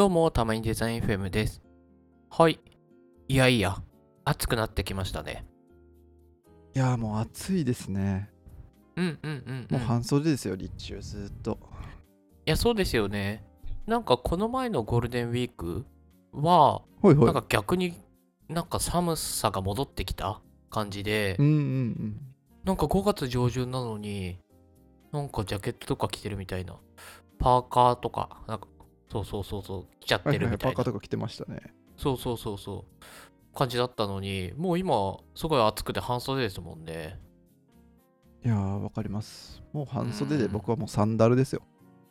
どうも、たまにデザイン FM です。はい。いやいや、暑くなってきましたね。 いやーもう暑いですね。 うんうんうんうん。いもう半袖ですよ、日中ずーっと。 や、そうですよね。なんかこの前のゴールデンウィークは、なんほいほい。 か逆になんか寒さが戻ってきた感じで、 うんうんうん。 なんか5月上旬なのに、なんかジャケットとか着てるみたいな。パーカーとか、なんか、そう、着ちゃってはいはいはい、 るみたいな。 パーカーとか着てましたね。 そう、感じだったのに、もう今、すごい暑くて半袖ですもんね。 いやー、わかります。もううー半袖でん。 僕はもうサンダルですよ。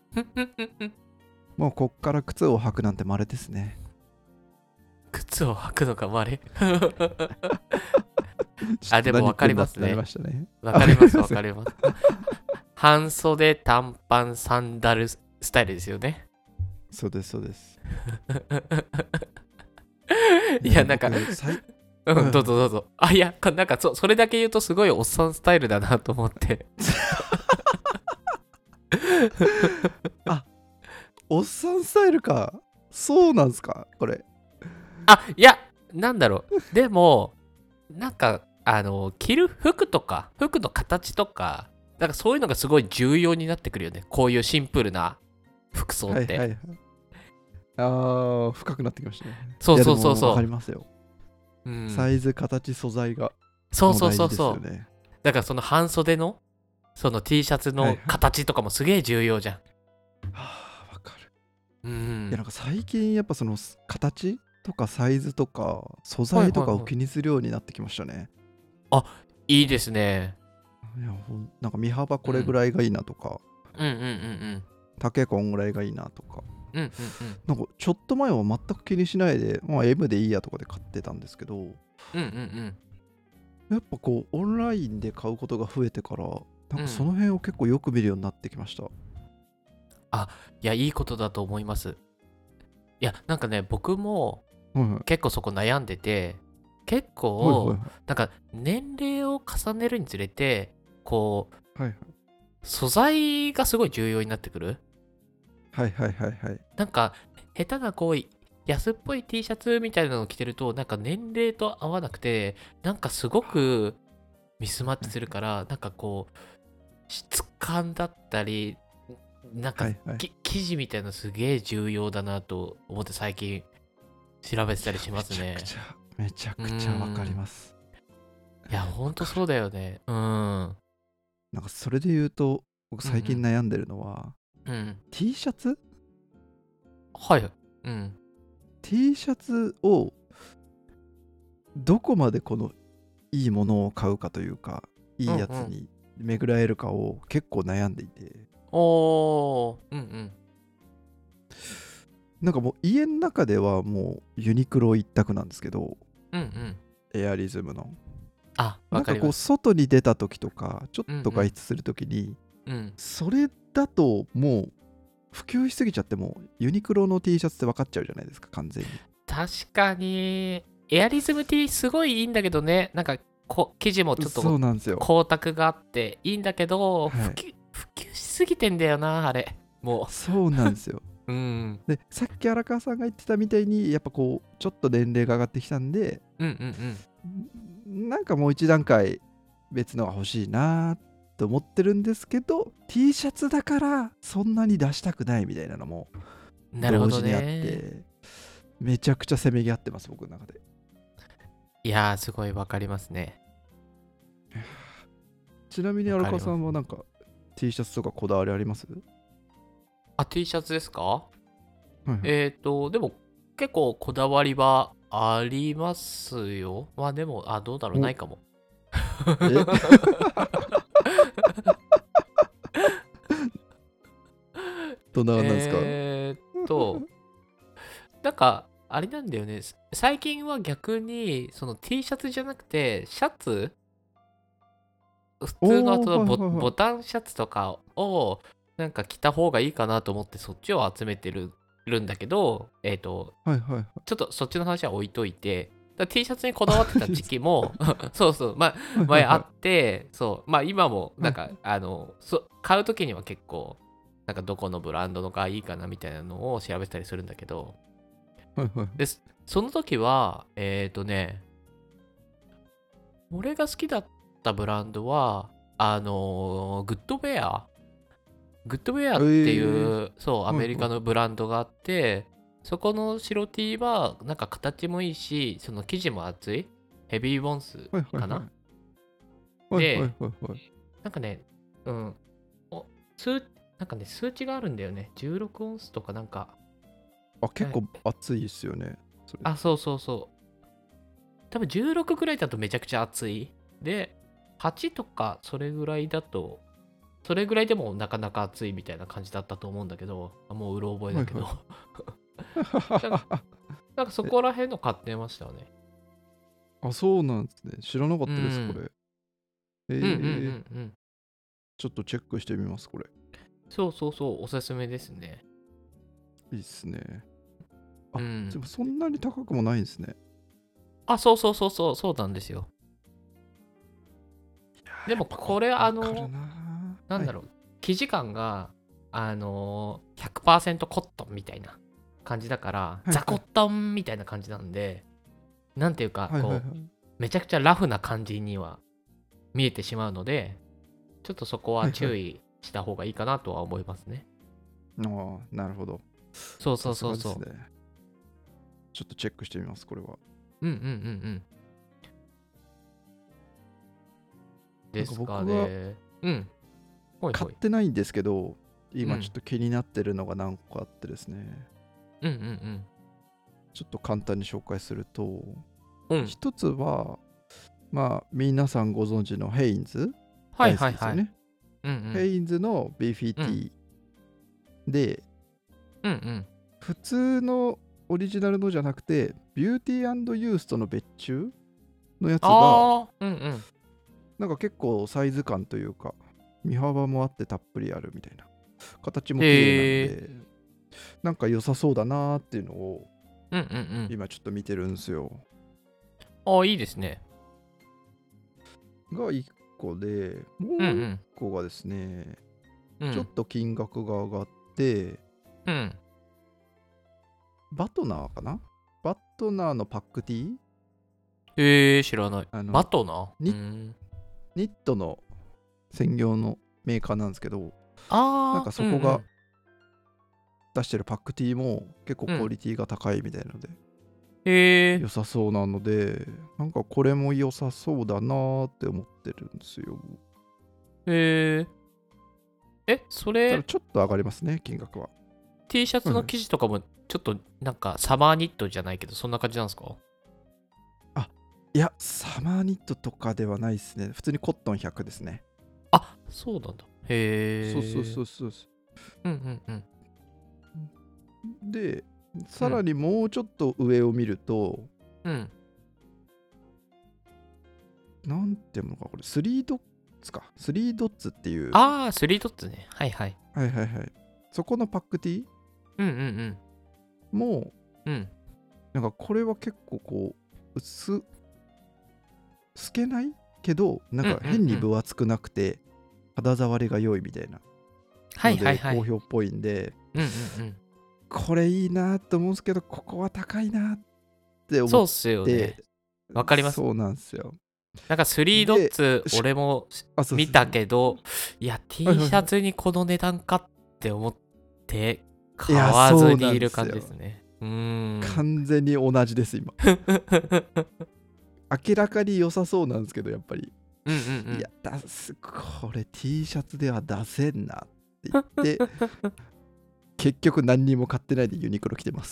もうこっから靴を履くなんて稀ですね。 靴を履くのが稀ちょっあ、でも分かと何言ってりますね。 んだってなりましたね。 分あ、わかります、 かります。 分かります。半袖、短パン、サンダルスタイルですよね。 そうです、そうです。いいや、 やでもなんか、 僕、 うん、 はいはい。 どうぞどうぞ。あ、いや、なんかそれだけ言うとすごいおっさんスタイルだなと思って。 あ、おっさんスタイルか。そうなんすか、これ。 あ、いや、なんだろう。でも、なんか、着る服とか、服の形とか、なんかそういうのがすごい重要になってくるよね。こういうシンプルな服装って。 はいはいはい。あー、深くなってきましたね。 そうそうそういやでも、わかりそますよ。 う。うん。 サイズ、形、素材がそうそうもう大事ですそうそう。 よね。 だからその半袖のその T シャツのはいはい。 形とかもすげえ重要じゃん。 はあ、わかる。 ういや、 ん。 なんか最近やっぱその形とかサイズとか素材とかをはいはいはい。 気にするようになってきましたね。 あ、いいですね。 いや、なんか身幅これぐうん。 らいがいいなとか、 うん。 丈こんぐらいがいいなとか、 うん。 なんかちょっと前は全く気にしないで、まあ M でいいやとかで買ってたんですけど、 うん。 やっぱこうオンラインで買うことが増えてから、なんうん。 かその辺を結構よく見るようになってきました。はあ、いや、いいことだと思います。いや、なんかね、僕もいはい。 結構そこ悩んでて、結構、 はいはいはい。 なんか年齢を重ねるにつれて、こう、 はいはい。 素材がすごい重要になってくる。 はいはいはいはい。 なんか、下手なこう、安っぽい T シャツみたいなのを着てると、なんか年齢と合わなくて、なんかすごくミスマッチするから、なんかこう、質感だったり、なんかはいはい。 生地みたいなのすげえ重要だなと思って最近調べていや、 たりしますね。 めちゃうーくちゃわかりん。 ます。 いや、ほんとそうわかる。 だよね。うーん。 なんかそれで言うと、僕最近うん悩んでるのは、 うん。うん。 T シャツはい。うん。 ?T シャツをどこまでこのいいものを買うかというか、いいやうんうん。 つに巡らえるかを結構悩んでいて、 おー。うんうん。 なんかもう家の中ではもうユニクロ一択なんですけど、 うんうん。 エアリズムの。 あ、わなんかこうかります。 外に出た時とか、ちょっと外うんうん。 出する時に、 うん。 それだともう普及しすぎちゃってもユニクロの T シャツって分かっちゃうじゃないですか、完全に。 確かに、エアリズム T すごいいいんだけどね、なんか生地もちょっそうとなんですよ。 光沢があっていいんだけど、 はい。 普及しすぎてんだよな、あれ。もそうなんですよ。 う。うん。 で、さっき荒川さんが言ってたみたいに、やっぱこう、ちょっと年齢が上がってきたんで、 うん。 なんかもう一段階別のが欲しいなと思ってるんですけど、T シャツだからそんなに出したくないみたいなのもなるほど同時にあっね。 て、めちゃくちゃせめぎ合ってます、僕の中で。 いやー、すごいわかりますね。 ちなみに荒川さわかります。 んはなんか T シャツとかこだわりあります？ あ、T シャツですか？ はいはい。 でも結構こだわりはありますよ。まあでも、どうだろう、なお、 いかも。 えどんな感じなんですか？ えーっと、なんか、あれなんだよね。最近は逆に、その T シャツじゃなくて、シャツ普通のおー、はいはいはい。 ボタンシャツとかを、なんか着た方がいいかなと思って、そっちを集めてるんだけど、 はいはいはい。 ちょっとそっちの話は置いといて、T シャツにこだわってた時あいいです。 期も、そうそう、まあ、前あっはいはいはい。 て、そう、まあ今も、なんか、 はいはい。 買う時には結構、 なんかどこのブランドのがいいかなみたいなのを調べたりするんだけど、 はいはい。 で、その時は、俺が好きだったブランドは、グッドウェア。グッドウェアっていええ、 う、そう、アはいはい。 メリカのブランドがあって、そこの白 T は、なんか形もいいし、その生地も厚い。ヘビーボンスかな。 はいはいはい。はいはいで、 はいはい。 なんかね、うん、お数、なんかね、数値があるんだよね。16オンスとかなんか、 あ、結構熱いですよね。それ。 そうそうそう。多分16ぐらいだとめちゃくちゃ厚い。で、8とかそれぐらいだと、それぐらいでもなかなか熱いみたいな感じだったと思うんだけど、もううろ覚えだけど。 はいはい。 なんかなんかそえ、 こら辺の買ってましたね。 あ、そうなんですね。知らなかっうたです、こん。 れ。 うんうんうんうん。 ちょっとチェックしてみます、これ。 そうそうそう、おすすめですね。 いいっすね。あ、でうん。 もそんなに高くもないんですね。 そうそうそうそう、そうなんですよ。 いやー、 でやっぱコッもこれトンわかるなー。はい。 なんだろう、生地感が、100% コットンみたいな感じだから、ザコッはいはい。 トンみたいな感じなんで、なんていうか、 はいはいはい。 こう、めちゃくちゃラフな感じには見えてしまうので、ちょっとそこははいはい。 注意した方がいいかなとは思いますね。 ああ、なるほど。 そうそさうそうそすがですね。ちょっとチェックしてみます、これは。 う。うんうんうんうん。 なんかですか僕がね。うん。ほい買っほい。 てないんですけど、今ちょっうん。 と気になってるのが何個かあってですね。 うんうんちょっと簡単に紹介すると、 うん。うん。 一つは、まあ、皆さんご存知のヘインズ、 はい大好はいはい。 きですよね。 うんヘインズのビーフィーうん。うん。 ティーで、 うんうん。 普通のオリジナルのじゃなくて、ビューティーユーストの別注のやつが、 ああ、うんうん。 なんか結構サイズ感というか、身幅もあってたっぷりあるみたいな。形も綺麗なのへえ。 で、なんか良さそうだなーっていうのをうんうんうん。 今ちょっと見てるんですよ。 ああ、いいですね。 が1個で、もう1 うんうん。 個がですね、ちょっうん。 と金額が上がって、 うん。 バトナーかな、バトナーのパックティー、 へえ、知らない。 あのバトナうニ、 ん。 ニットの専業のメーカーなんですけど、なんかああ、 そこがうんうん。 出してるパックティーも結構うん。 クオリティが高いみたいなのでへえ。 良さそうなので、なんかこれも良さそうだなーって思ってるんですよ。 へえ。それ、 ただちょっと上がりますね、金額は。 T シャツのはいはい。 生地とかも、ちょっとなんかサマーニットじゃないけど、そんな感じなんですか？ あ、いや、サマーニットとかではないですね。普通にコットン100ですね。 あ、そうなんだ。 そうそうへえ。 そうそうそうんうんうん。 う。で、 うん。 さらにもうちょっと上を見ると、 うん。 なんていうのか、これ、3ドッツか。3ドッツっていう、 ああ、スリードッツね。はいはい。 はいはいはい。そこのパックティーうんうんも、 うん。うん。 なんかこれは結構こう、透けないけど、なんうんか変にうんうん。 分厚くなくて、肌触りが良いみたいなはいのではいはい。 好評っぽいんで、 うんうんうん。 これいいなと思うんですけど、ここは高いなって思っそうっすよね。 て、 わかります。 そうなんですよ。 なんかスリードッで、 ツ、俺もあ、そう見たそうそう。 けど、いや、 はい T はいはい。 シャツにこの値段かって思っていや、 買わずそうなにいる感じでんですよ。 すね。うーん。 完全に同じです、今。明らかに良さそうなんですけど、やっぱり。 うんうんういや、 ん。 これ T シャツでは出せんなって言って、結局何にも買ってないでユニクロ来てます。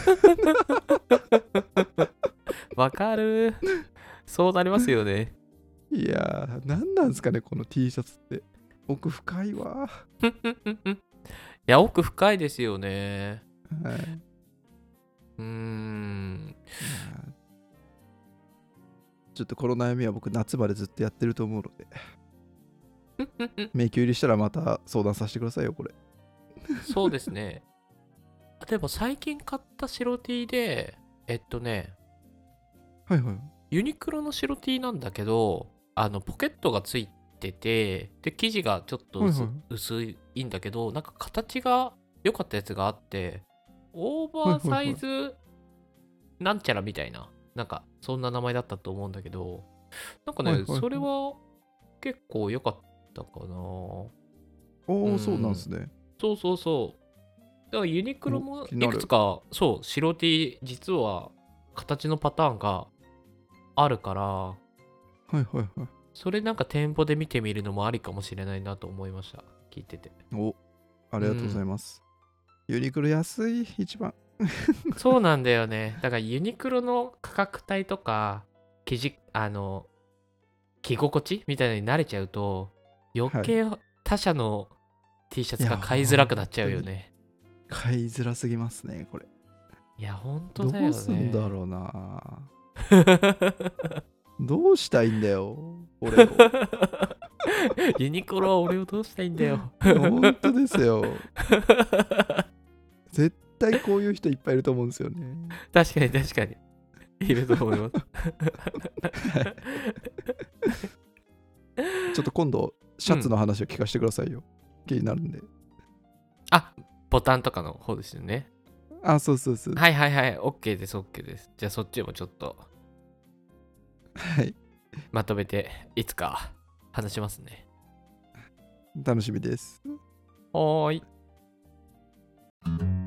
わかる。そうなりますよね。 いやー、何なんですかね、この T シャツって。奥深いわ。 いや、奥深いですよね。 はい。 うーん。 いやー、ちょっとこの悩みは僕夏までずっとやってると思うので、迷宮入りしたらまた相談させてくださいよ、これ。 そうですね。例えば最近買った白 T で、 はいはい。 ユニクロの白 T なんだけど、ポケットがついてて、で生地がちょっとはいはい。 薄いんだけど、なんか形が良かったやつがあって、オーバーサはいはいはい。 イズなんちゃらみたいな、なんかそんな名前だったと思うんだけど、なんかね、 はいはいはい。 それは結構良かったかな。うおお、そうなんん。 すね。 そうそうそう。だからユニクロお、 もい気になる。 くつか、そう、白 T 実は形のパターンがあるから、 はいはいはい。 それなんか店舗で見てみるのもありかもしれないなと思いました。聞いてて。 お、ありがとうございうん。 ます。ユニクロ安い、一番。 そうなんだよね。だからユニクロの価格帯とか、着心地みたいなのに慣れちゃうと、余はい。 計他社の T シャいや、 ツが買いづらくなっちゃほんとにうよね。 買いづらすぎますね、これ。 いや、ほんとどだようすんだね。 ろうな。どうしたいんだよ、俺を。 ユニクロは俺をどうしたいんだよ。 ほんとですよ。絶対こういう人いっぱいいると思うんですよね。 確かに確かに。いると思います。 はい。ちょっと今度、シャツの話を聞かせてくださいよ。気になるんで。 あ、ボタンとかの方ですよね。 あ、そうそうそう。 はいはいはい。OK です、OK です。じゃあそっちもちょっとはい。 まとめていつか話しますね。 楽しみです。 はーい。